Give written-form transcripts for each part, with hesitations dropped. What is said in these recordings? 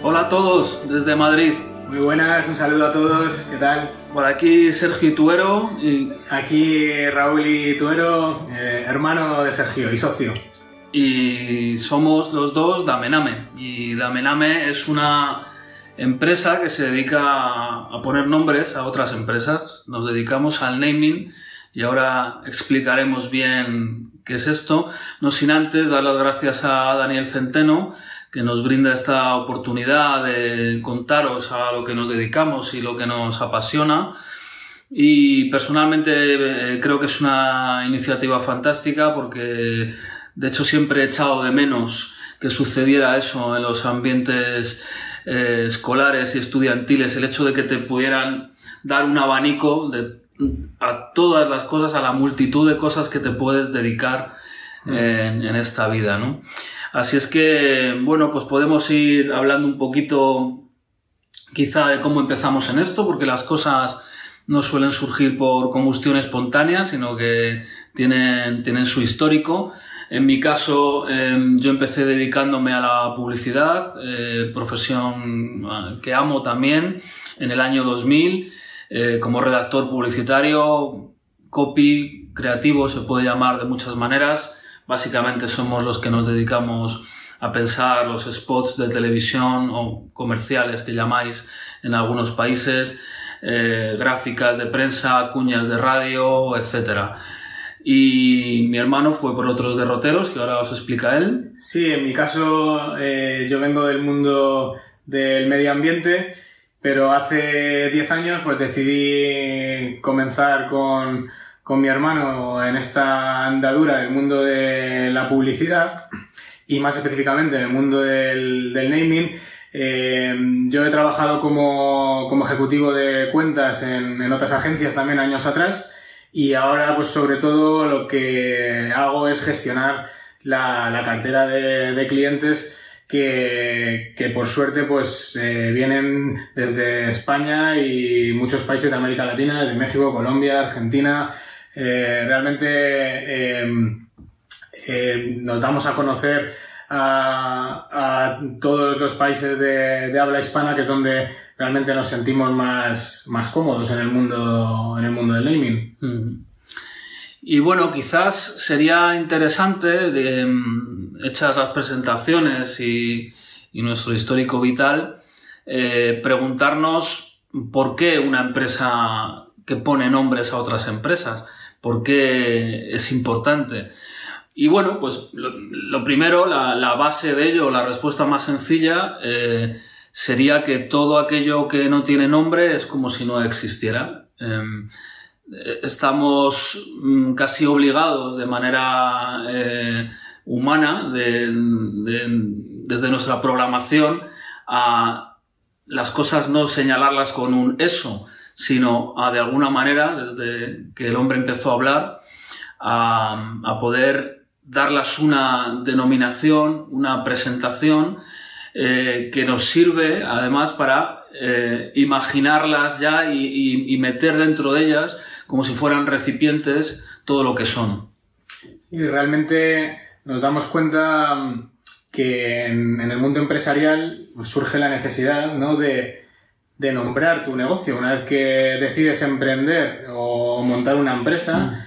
Hola a todos desde Madrid. Muy buenas, un saludo a todos, ¿qué tal? Por aquí Sergio Tuero y aquí Raúl y Tuero, hermano de Sergio y socio. Y somos los dos Damename. Y Damename es una empresa que se dedica a poner nombres a otras empresas. Nos dedicamos al naming y ahora explicaremos bien qué es esto. No sin antes dar las gracias a Daniel Centeno, que nos brinda esta oportunidad de contaros a lo que nos dedicamos y lo que nos apasiona. Y personalmente creo que es una iniciativa fantástica porque de hecho siempre he echado de menos que sucediera eso en los ambientes escolares y estudiantiles, el hecho de que te pudieran dar un abanico a todas las cosas, a la multitud de cosas que te puedes dedicar en esta vida, ¿no? Así es que, bueno, pues podemos ir hablando un poquito quizá de cómo empezamos en esto, porque las cosas no suelen surgir por combustión espontánea, sino que tienen su histórico. En mi caso, yo empecé dedicándome a la publicidad, profesión que amo también, en el año 2000, como redactor publicitario, copy, creativo, se puede llamar de muchas maneras. Básicamente somos los que nos dedicamos a pensar los spots de televisión o comerciales que llamáis en algunos países, gráficas de prensa, cuñas de radio, etc. Y mi hermano fue por otros derroteros, que ahora os explica él. Sí, en mi caso yo vengo del mundo del medio ambiente, pero hace 10 años pues decidí comenzar con mi hermano en esta andadura del mundo de la publicidad y más específicamente en el mundo del naming. Yo he trabajado como ejecutivo de cuentas en otras agencias también años atrás y ahora pues sobre todo lo que hago es gestionar la cartera de clientes que por suerte pues vienen desde España y muchos países de América Latina, desde México, Colombia, Argentina. Realmente nos damos a conocer a todos los países de habla hispana, que es donde realmente nos sentimos más cómodos en el mundo del naming. Y bueno, quizás sería interesante, hechas las presentaciones y nuestro histórico vital, preguntarnos por qué una empresa que pone nombres a otras empresas, por qué es importante. Y bueno, pues lo primero, la base de ello, la respuesta más sencilla, sería que todo aquello que no tiene nombre es como si no existiera. Estamos casi obligados de manera humana, desde nuestra programación, a las cosas no señalarlas con un eso, sino de alguna manera, desde que el hombre empezó a hablar, a poder darlas una denominación, una presentación que nos sirve además para imaginarlas ya y meter dentro de ellas como si fueran recipientes todo lo que son. Y realmente nos damos cuenta que en el mundo empresarial surge la necesidad, ¿no?, de nombrar tu negocio. Una vez que decides emprender o montar una empresa,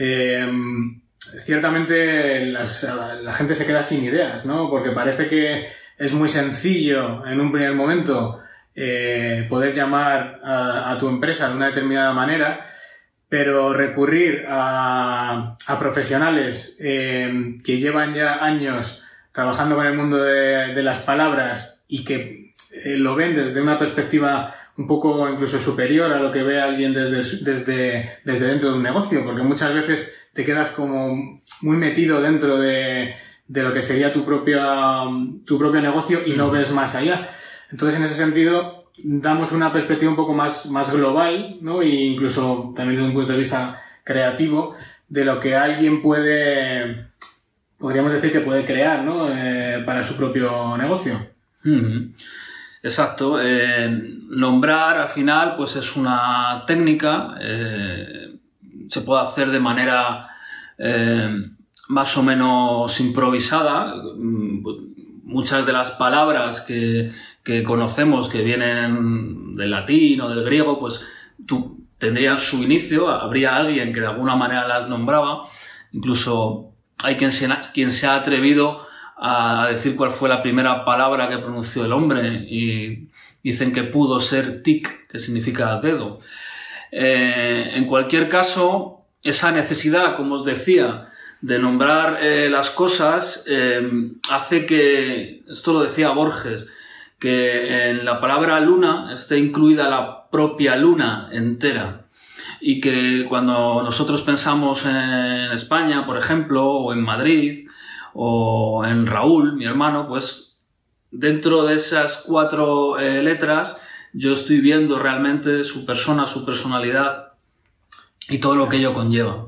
ciertamente la gente se queda sin ideas, ¿no? Porque parece que es muy sencillo en un primer momento poder llamar a tu empresa de una determinada manera, pero recurrir a profesionales que llevan ya años trabajando con el mundo de las palabras y que lo ven desde una perspectiva un poco incluso superior a lo que ve alguien desde dentro de un negocio, porque muchas veces te quedas como muy metido dentro de lo que sería tu propio negocio y no ves más allá. Entonces, en ese sentido, damos una perspectiva un poco más global, ¿no? E incluso también desde un punto de vista creativo de lo que alguien podríamos decir que puede crear, ¿no? Para su propio negocio. Exacto. Nombrar al final pues es una técnica, se puede hacer de manera más o menos improvisada. Muchas de las palabras que que conocemos que vienen del latín o del griego, pues tendrían su inicio, habría alguien que de alguna manera las nombraba, incluso hay quien se ha atrevido a decir cuál fue la primera palabra que pronunció el hombre y dicen que pudo ser tic, que significa dedo. En cualquier caso, esa necesidad, como os decía, de nombrar las cosas hace que, esto lo decía Borges, que en la palabra luna esté incluida la propia luna entera y que cuando nosotros pensamos en España, por ejemplo, o en Madrid o en Raúl, mi hermano, pues dentro de esas 4 letras yo estoy viendo realmente su persona, su personalidad y todo lo que ello conlleva.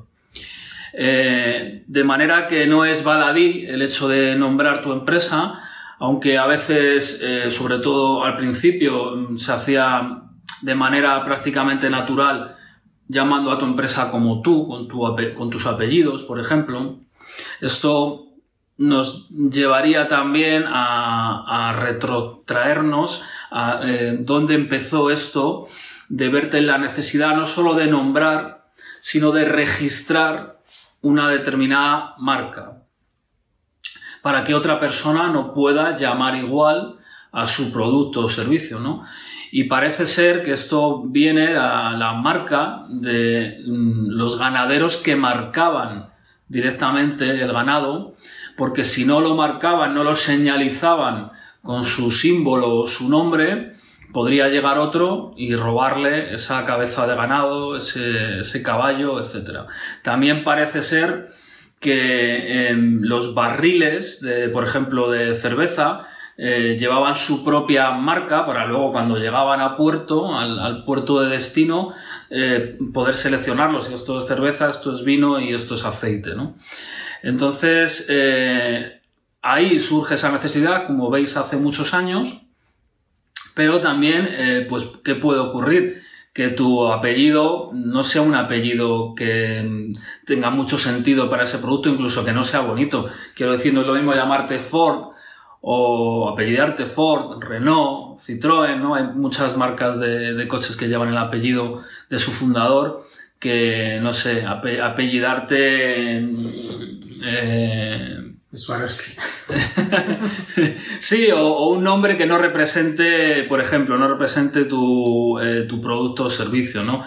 De manera que no es baladí el hecho de nombrar tu empresa, aunque a veces, sobre todo al principio, se hacía de manera prácticamente natural llamando a tu empresa como tú, con tus apellidos, por ejemplo. Esto nos llevaría también a retrotraernos a dónde empezó esto de verte en la necesidad no solo de nombrar, sino de registrar una determinada marca para que otra persona no pueda llamar igual a su producto o servicio, ¿no? Y parece ser que esto viene a la marca de los ganaderos que marcaban directamente el ganado, porque si no lo marcaban, no lo señalizaban con su símbolo o su nombre, podría llegar otro y robarle esa cabeza de ganado, ese caballo, etc. También parece ser que los barriles, por ejemplo, de cerveza, llevaban su propia marca para luego cuando llegaban a puerto, al puerto de destino, poder seleccionarlos. Esto es cerveza, esto es vino y esto es aceite, ¿no? Entonces, ahí surge esa necesidad, como veis, hace muchos años, pero también, pues, ¿qué puede ocurrir? Que tu apellido no sea un apellido que tenga mucho sentido para ese producto, incluso que no sea bonito. Quiero decir, no es lo mismo llamarte Ford o apellidarte Ford, Renault, Citroën, ¿no? Hay muchas marcas de coches que llevan el apellido de su fundador, que, no sé, apellidarte Swarovski. Sí, o un nombre que no represente, por ejemplo, no represente tu producto o servicio, ¿no?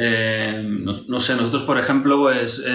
No sé, nosotros, por ejemplo, pues,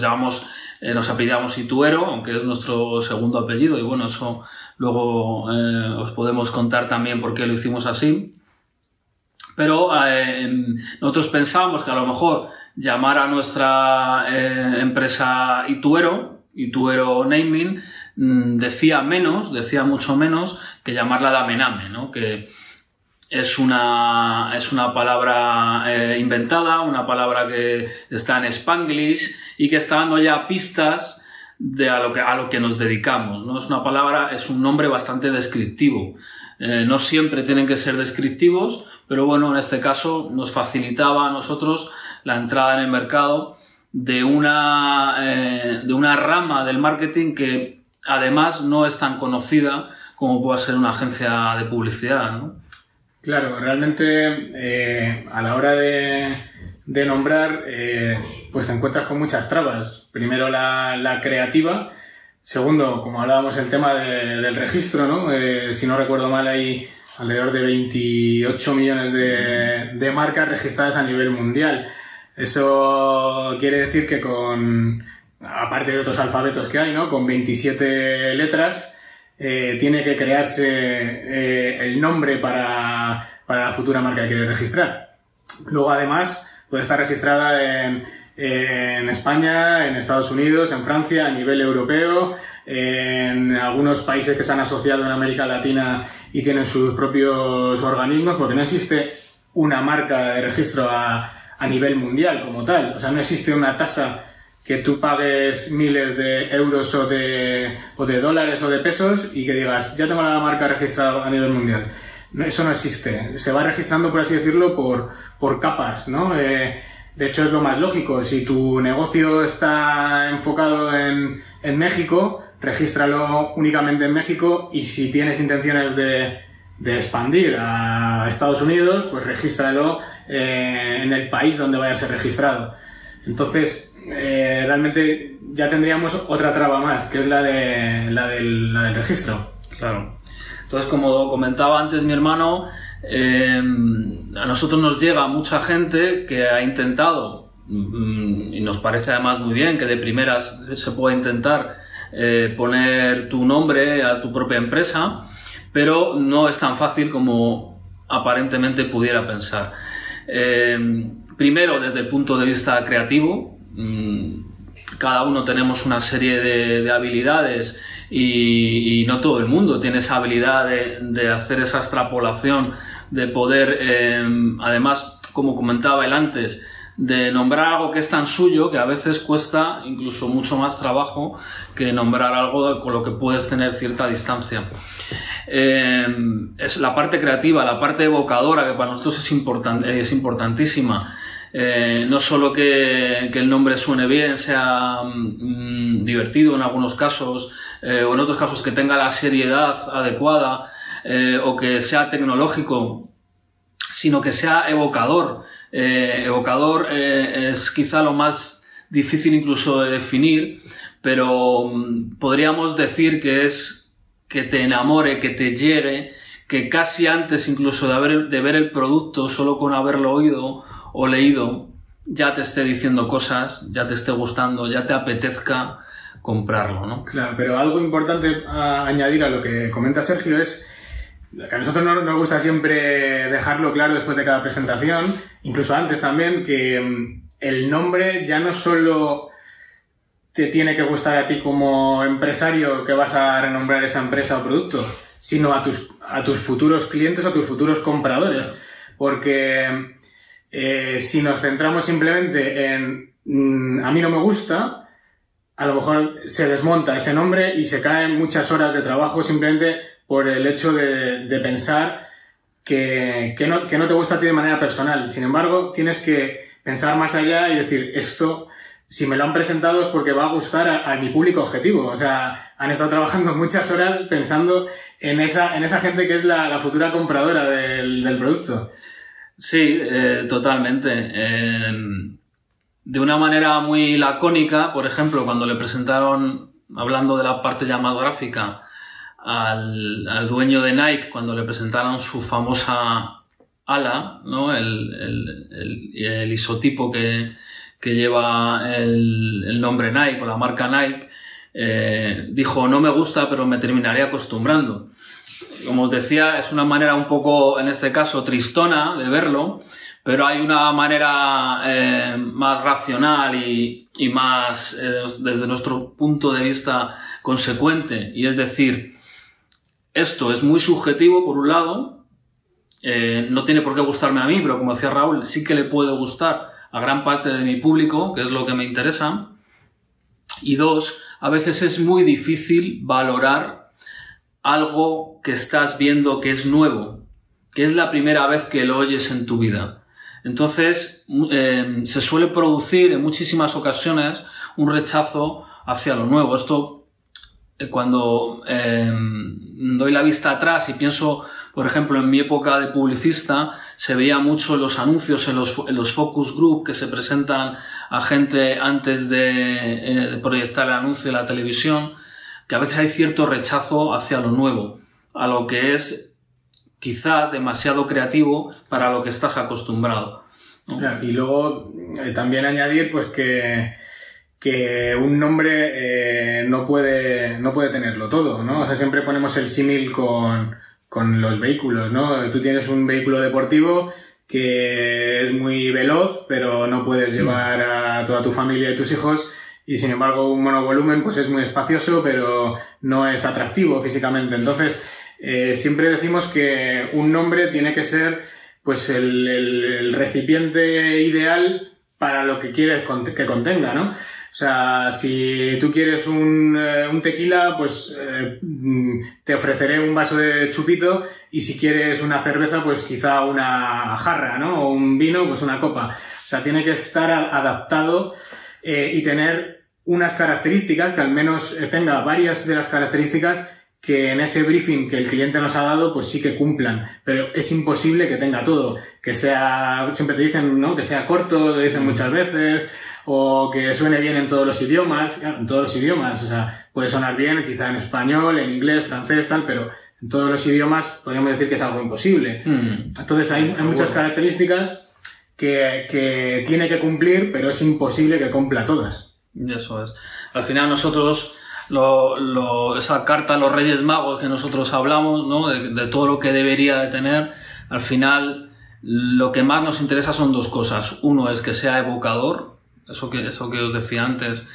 nos apellidamos Ituero, aunque es nuestro segundo apellido, y bueno, eso luego os podemos contar también por qué lo hicimos así. Pero nosotros pensábamos que a lo mejor llamar a nuestra empresa Ituero Naming, decía mucho menos que llamarla Damename, ¿no? Que es una palabra inventada, una palabra que está en Spanglish y que está dando ya pistas a lo que nos dedicamos, ¿no? Es un nombre bastante descriptivo. No siempre tienen que ser descriptivos, pero bueno, en este caso nos facilitaba a nosotros la entrada en el mercado de una rama del marketing que además no es tan conocida como puede ser una agencia de publicidad, ¿no? Claro, realmente a la hora de nombrar, pues te encuentras con muchas trabas. Primero la creativa. Segundo, como hablábamos, el tema del registro, ¿no? Si no recuerdo mal, hay alrededor de 28 millones de marcas registradas a nivel mundial. Eso quiere decir que aparte de otros alfabetos que hay, ¿no? Con 27 letras, tiene que crearse el nombre para la futura marca que quieres registrar. Luego, además, puede estar registrada en España, en Estados Unidos, en Francia, a nivel europeo, en algunos países que se han asociado en América Latina y tienen sus propios organismos, porque no existe una marca de registro a nivel mundial como tal. O sea, no existe una tasa que tú pagues miles de euros o de dólares o de pesos y que digas, ya tengo la marca registrada a nivel mundial. No, eso no existe. Se va registrando, por así decirlo, por capas, ¿no? De hecho, es lo más lógico. Si tu negocio está enfocado en México, regístralo únicamente en México, y si tienes intenciones de expandir a Estados Unidos, pues regístralo en el país donde vaya a ser registrado. Entonces, realmente ya tendríamos otra traba más, que es la del registro. Claro. Entonces, como comentaba antes mi hermano, a nosotros nos llega mucha gente que ha intentado, y nos parece además muy bien que de primeras se pueda intentar poner tu nombre a tu propia empresa, pero no es tan fácil como aparentemente pudiera pensar. Primero, desde el punto de vista creativo, cada uno tenemos una serie de habilidades y no todo el mundo tiene esa habilidad de hacer esa extrapolación, de poder, además, como comentaba él antes, de nombrar algo que es tan suyo que a veces cuesta incluso mucho más trabajo que nombrar algo con lo que puedes tener cierta distancia. Es la parte creativa, la parte evocadora, que para nosotros es importantísima. No solo que el nombre suene bien, sea divertido en algunos casos, o en otros casos que tenga la seriedad adecuada, o que sea tecnológico, sino que sea evocador. Evocador es quizá lo más difícil incluso de definir, pero podríamos decir que es que te enamore, que te llegue, que casi antes incluso de ver el producto, solo con haberlo oído o leído, ya te esté diciendo cosas, ya te esté gustando, ya te apetezca comprarlo, ¿no? Claro, pero algo importante a añadir a lo que comenta Sergio es que a nosotros nos gusta siempre dejarlo claro después de cada presentación, incluso antes también, que el nombre ya no solo te tiene que gustar a ti como empresario que vas a renombrar esa empresa o producto, sino a tus futuros clientes o tus futuros compradores. Porque si nos centramos simplemente en a mí no me gusta, a lo mejor se desmonta ese nombre y se caen muchas horas de trabajo simplemente por el hecho de pensar que no te gusta a ti de manera personal. Sin embargo, tienes que pensar más allá y decir, esto, si me lo han presentado es porque va a gustar a mi público objetivo. O sea, han estado trabajando muchas horas pensando en esa gente que es la futura compradora del producto. Sí, totalmente. De una manera muy lacónica, por ejemplo, cuando le presentaron, hablando de la parte ya más gráfica, al dueño de Nike, cuando le presentaron su famosa ala, ¿no? el isotipo que lleva el nombre Nike o la marca Nike, dijo, no me gusta, pero me terminaré acostumbrando. Como os decía, es una manera un poco, en este caso, tristona de verlo, pero hay una manera más racional y más, desde nuestro punto de vista, consecuente. Y es decir, esto es muy subjetivo, por un lado, no tiene por qué gustarme a mí, pero como decía Raúl, sí que le puede gustar a gran parte de mi público, que es lo que me interesa. Y dos, a veces es muy difícil valorar algo que estás viendo que es nuevo, que es la primera vez que lo oyes en tu vida. Entonces, se suele producir en muchísimas ocasiones un rechazo hacia lo nuevo. Esto, cuando doy la vista atrás y pienso, por ejemplo, en mi época de publicista, se veía mucho en los anuncios, en los focus group que se presentan a gente antes de proyectar el anuncio en la televisión, que a veces hay cierto rechazo hacia lo nuevo, a lo que es quizá demasiado creativo para lo que estás acostumbrado, ¿no? Claro, y luego también añadir pues que un nombre no puede tenerlo todo, ¿no? O sea, siempre ponemos el símil con los vehículos, ¿no? Tú tienes un vehículo deportivo que es muy veloz, pero no puedes llevar a toda tu familia y tus hijos. Y sin embargo un monovolumen pues es muy espacioso, pero no es atractivo físicamente. Entonces, siempre decimos que un nombre tiene que ser pues el recipiente ideal para lo que quieres que contenga, ¿no? O sea, si tú quieres un tequila, pues te ofreceré un vaso de chupito, y si quieres una cerveza, pues quizá una jarra, ¿no? O un vino, pues una copa. O sea, tiene que estar adaptado y tener unas características, que al menos tenga varias de las características que en ese briefing que el cliente nos ha dado, pues sí que cumplan, pero es imposible que tenga todo, que sea, siempre te dicen, ¿no?, que sea corto, lo dicen muchas veces, o que suene bien en todos los idiomas, claro, en todos los idiomas, o sea, puede sonar bien quizá en español, en inglés, francés, tal, pero en todos los idiomas podríamos decir que es algo imposible. Entonces hay muchas características que tiene que cumplir, pero es imposible que cumpla todas. Eso es. Al final nosotros, esa carta a los Reyes Magos que nosotros hablamos, ¿no?, de todo lo que debería de tener, al final lo que más nos interesa son dos cosas. Uno es que sea evocador, eso que os decía antes,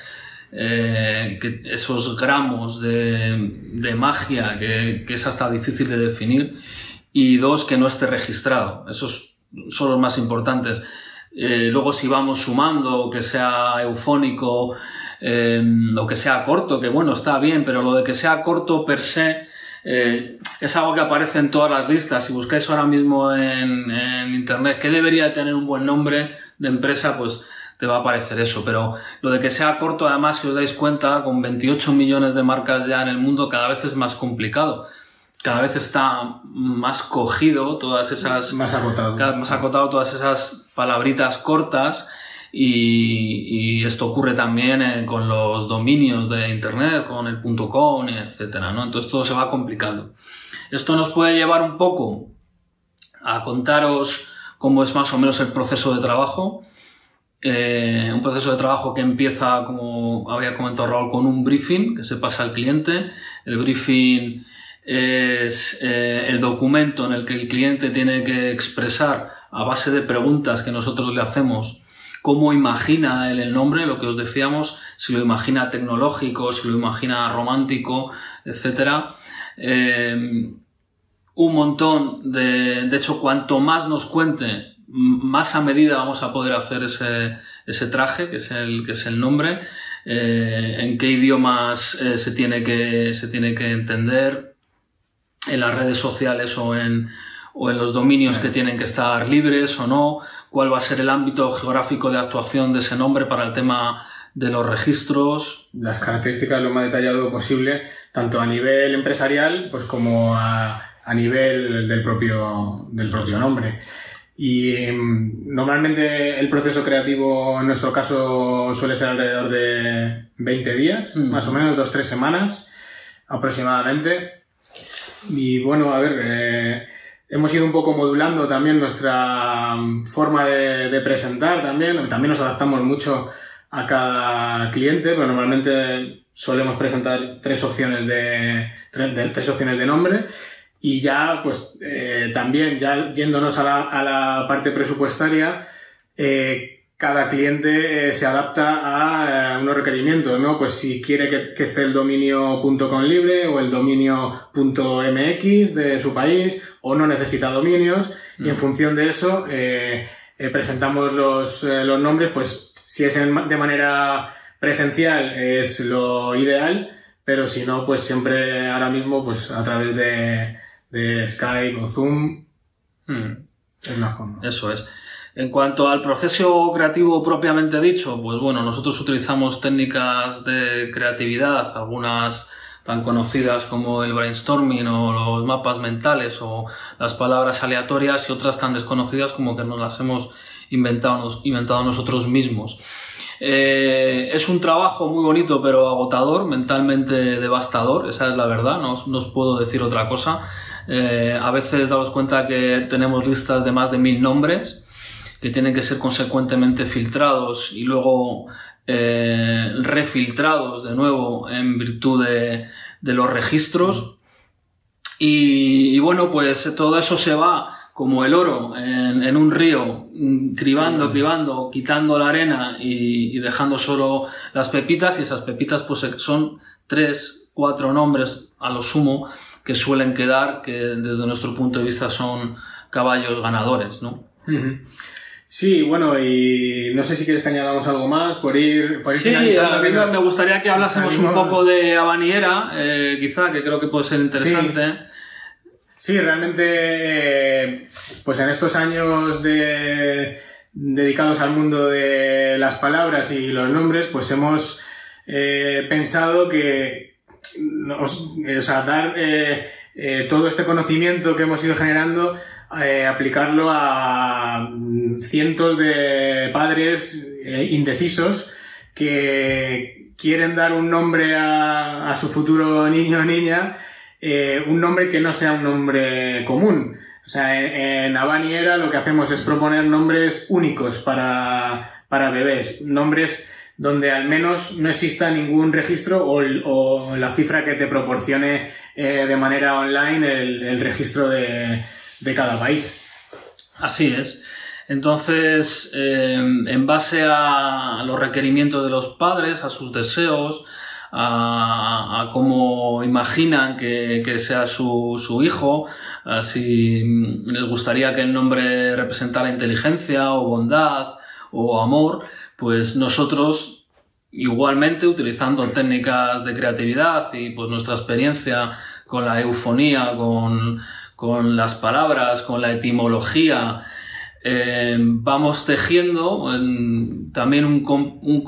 que esos gramos de magia que es hasta difícil de definir, y dos, que no esté registrado. Esos son los más importantes. Luego, si vamos sumando, que sea eufónico, o que sea corto, que bueno, está bien, pero lo de que sea corto per se es algo que aparece en todas las listas. Si buscáis ahora mismo en internet qué debería tener un buen nombre de empresa, pues te va a aparecer eso. Pero lo de que sea corto, además, si os dais cuenta, con 28 millones de marcas ya en el mundo, cada vez es más complicado. Cada vez está más cogido todas esas... Más acotado todas esas palabritas cortas, y esto ocurre también con los dominios de internet, con el .com, etcétera, ¿no? Entonces todo se va complicando. Esto nos puede llevar un poco a contaros cómo es más o menos el proceso de trabajo. Un proceso de trabajo que empieza, como había comentado Raúl, con un briefing que se pasa al cliente. El briefing es el documento en el que el cliente tiene que expresar, a base de preguntas que nosotros le hacemos, cómo imagina él el nombre, lo que os decíamos, si lo imagina tecnológico, si lo imagina romántico, etcétera. Un montón de hecho, cuanto más nos cuente, más a medida vamos a poder hacer ese traje, que es el nombre, en qué idiomas se tiene que entender, en las redes sociales o en los dominios que tienen que estar libres o no, cuál va a ser el ámbito geográfico de actuación de ese nombre para el tema de los registros. Las características lo más detallado posible, tanto a nivel empresarial pues como a nivel del propio nombre. Y normalmente el proceso creativo en nuestro caso suele ser alrededor de 20 días, más o menos 2-3 semanas aproximadamente. Y bueno, a ver, hemos ido un poco modulando también nuestra forma de presentar también nos adaptamos mucho a cada cliente, pero normalmente solemos presentar tres opciones de nombre. Y ya, pues, también, ya yéndonos a la parte presupuestaria, cada cliente se adapta a unos requerimientos, ¿no? Pues si quiere que esté el dominio .com libre o el dominio .mx de su país, o no necesita dominios, y en función de eso presentamos los nombres. Pues si es de manera presencial es lo ideal, pero si no, pues siempre ahora mismo pues a través de Skype o Zoom es la forma. Eso es. En cuanto al proceso creativo propiamente dicho, pues bueno, nosotros utilizamos técnicas de creatividad, algunas tan conocidas como el brainstorming o los mapas mentales o las palabras aleatorias, y otras tan desconocidas como que nos las hemos inventado nosotros mismos. Es un trabajo muy bonito pero agotador, mentalmente devastador, esa es la verdad, no os puedo decir otra cosa. A veces daos cuenta que tenemos listas de más de 1000 nombres que tienen que ser consecuentemente filtrados y luego refiltrados de nuevo en virtud de los registros. Y bueno, pues todo eso se va como el oro en un río, cribando, quitando la arena y dejando solo las pepitas, y esas pepitas pues son 3-4 nombres a lo sumo que suelen quedar, que desde nuestro punto de vista son caballos ganadores, ¿no? Sí, bueno, y no sé si quieres que añadamos algo más por ir sí, a mí me gustaría que hablásemos un poco de Habaniera, quizá, que creo que puede ser interesante. Sí, realmente, pues en estos años dedicados al mundo de las palabras y los nombres, pues hemos pensado que dar todo este conocimiento que hemos ido generando, aplicarlo a cientos de padres indecisos que quieren dar un nombre a su futuro niño o niña, un nombre que no sea un nombre común. O sea, en Avani Era lo que hacemos es proponer nombres únicos para bebés, nombres donde al menos no exista ningún registro o la cifra que te proporcione de manera online el registro de cada país. Así es. Entonces, en base a los requerimientos de los padres, a sus deseos, a cómo imaginan que sea su hijo, si les gustaría que el nombre representara inteligencia o bondad o amor, pues nosotros igualmente, utilizando técnicas de creatividad y pues nuestra experiencia con la eufonía, con las palabras, con la etimología, vamos tejiendo también una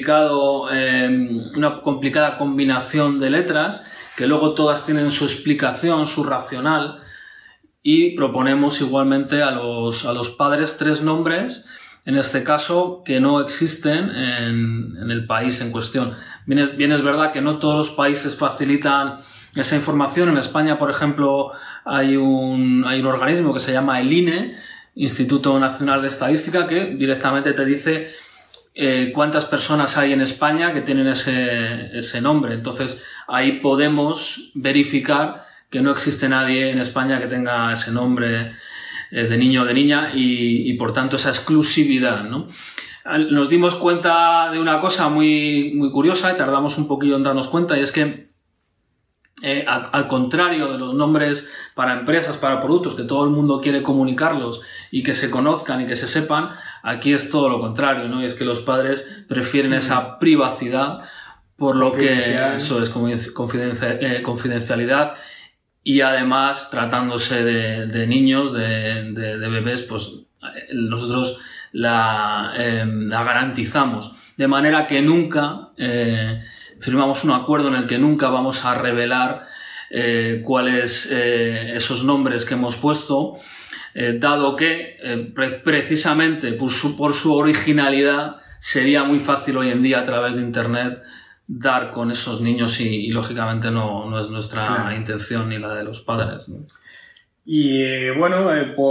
complicada combinación de letras que luego todas tienen su explicación, su racional, y proponemos igualmente a los padres 3 nombres, en este caso, que no existen en el país en cuestión. Bien es verdad que no todos los países facilitan esa información. En España, por ejemplo, hay un organismo que se llama el INE, Instituto Nacional de Estadística, que directamente te dice cuántas personas hay en España que tienen ese nombre. Entonces, ahí podemos verificar que no existe nadie en España que tenga ese nombre de niño o de niña y por tanto esa exclusividad, ¿no? Nos dimos cuenta de una cosa muy, muy curiosa y tardamos un poquillo en darnos cuenta, y es que al contrario de los nombres para empresas, para productos, que todo el mundo quiere comunicarlos y que se conozcan y que se sepan, aquí es todo lo contrario, ¿no? Y es que los padres prefieren esa privacidad, por lo que eso es confidencialidad. Y además, tratándose de niños, de bebés, pues nosotros la garantizamos. De manera que nunca firmamos un acuerdo en el que nunca vamos a revelar cuáles esos nombres que hemos puesto, dado que precisamente por su originalidad sería muy fácil hoy en día a través de Internet dar con esos niños y lógicamente no es nuestra intención ni la de los padres, ¿no? Y bueno,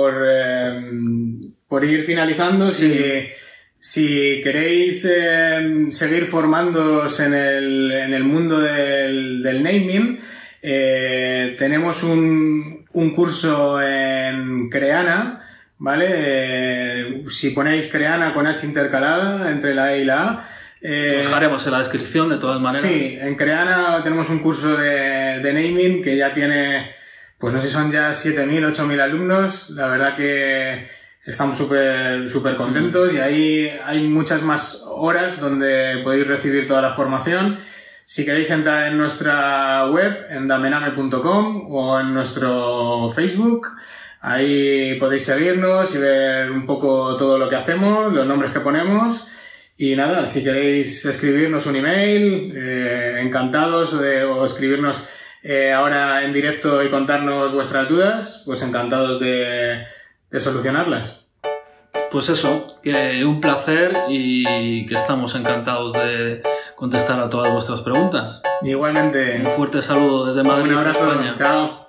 por ir finalizando, si queréis seguir formándoos en el mundo del naming, tenemos un curso en Creana, ¿vale? Si ponéis Creana con H intercalada entre la E y la A, lo dejaremos en la descripción de todas maneras. Sí, en Creana tenemos un curso de naming que ya tiene, pues no sé si son ya 7.000, 8.000 alumnos. La verdad que estamos súper contentos y ahí hay muchas más horas donde podéis recibir toda la formación. Si queréis entrar en nuestra web, en damename.com, o en nuestro Facebook, ahí podéis seguirnos y ver un poco todo lo que hacemos, los nombres que ponemos. Y nada, si queréis escribirnos un email, encantados, o escribirnos ahora en directo y contarnos vuestras dudas, pues encantados de solucionarlas. Pues eso, que un placer y que estamos encantados de contestar a todas vuestras preguntas. Igualmente. Un fuerte saludo desde Madrid, un abrazo, España. Chao.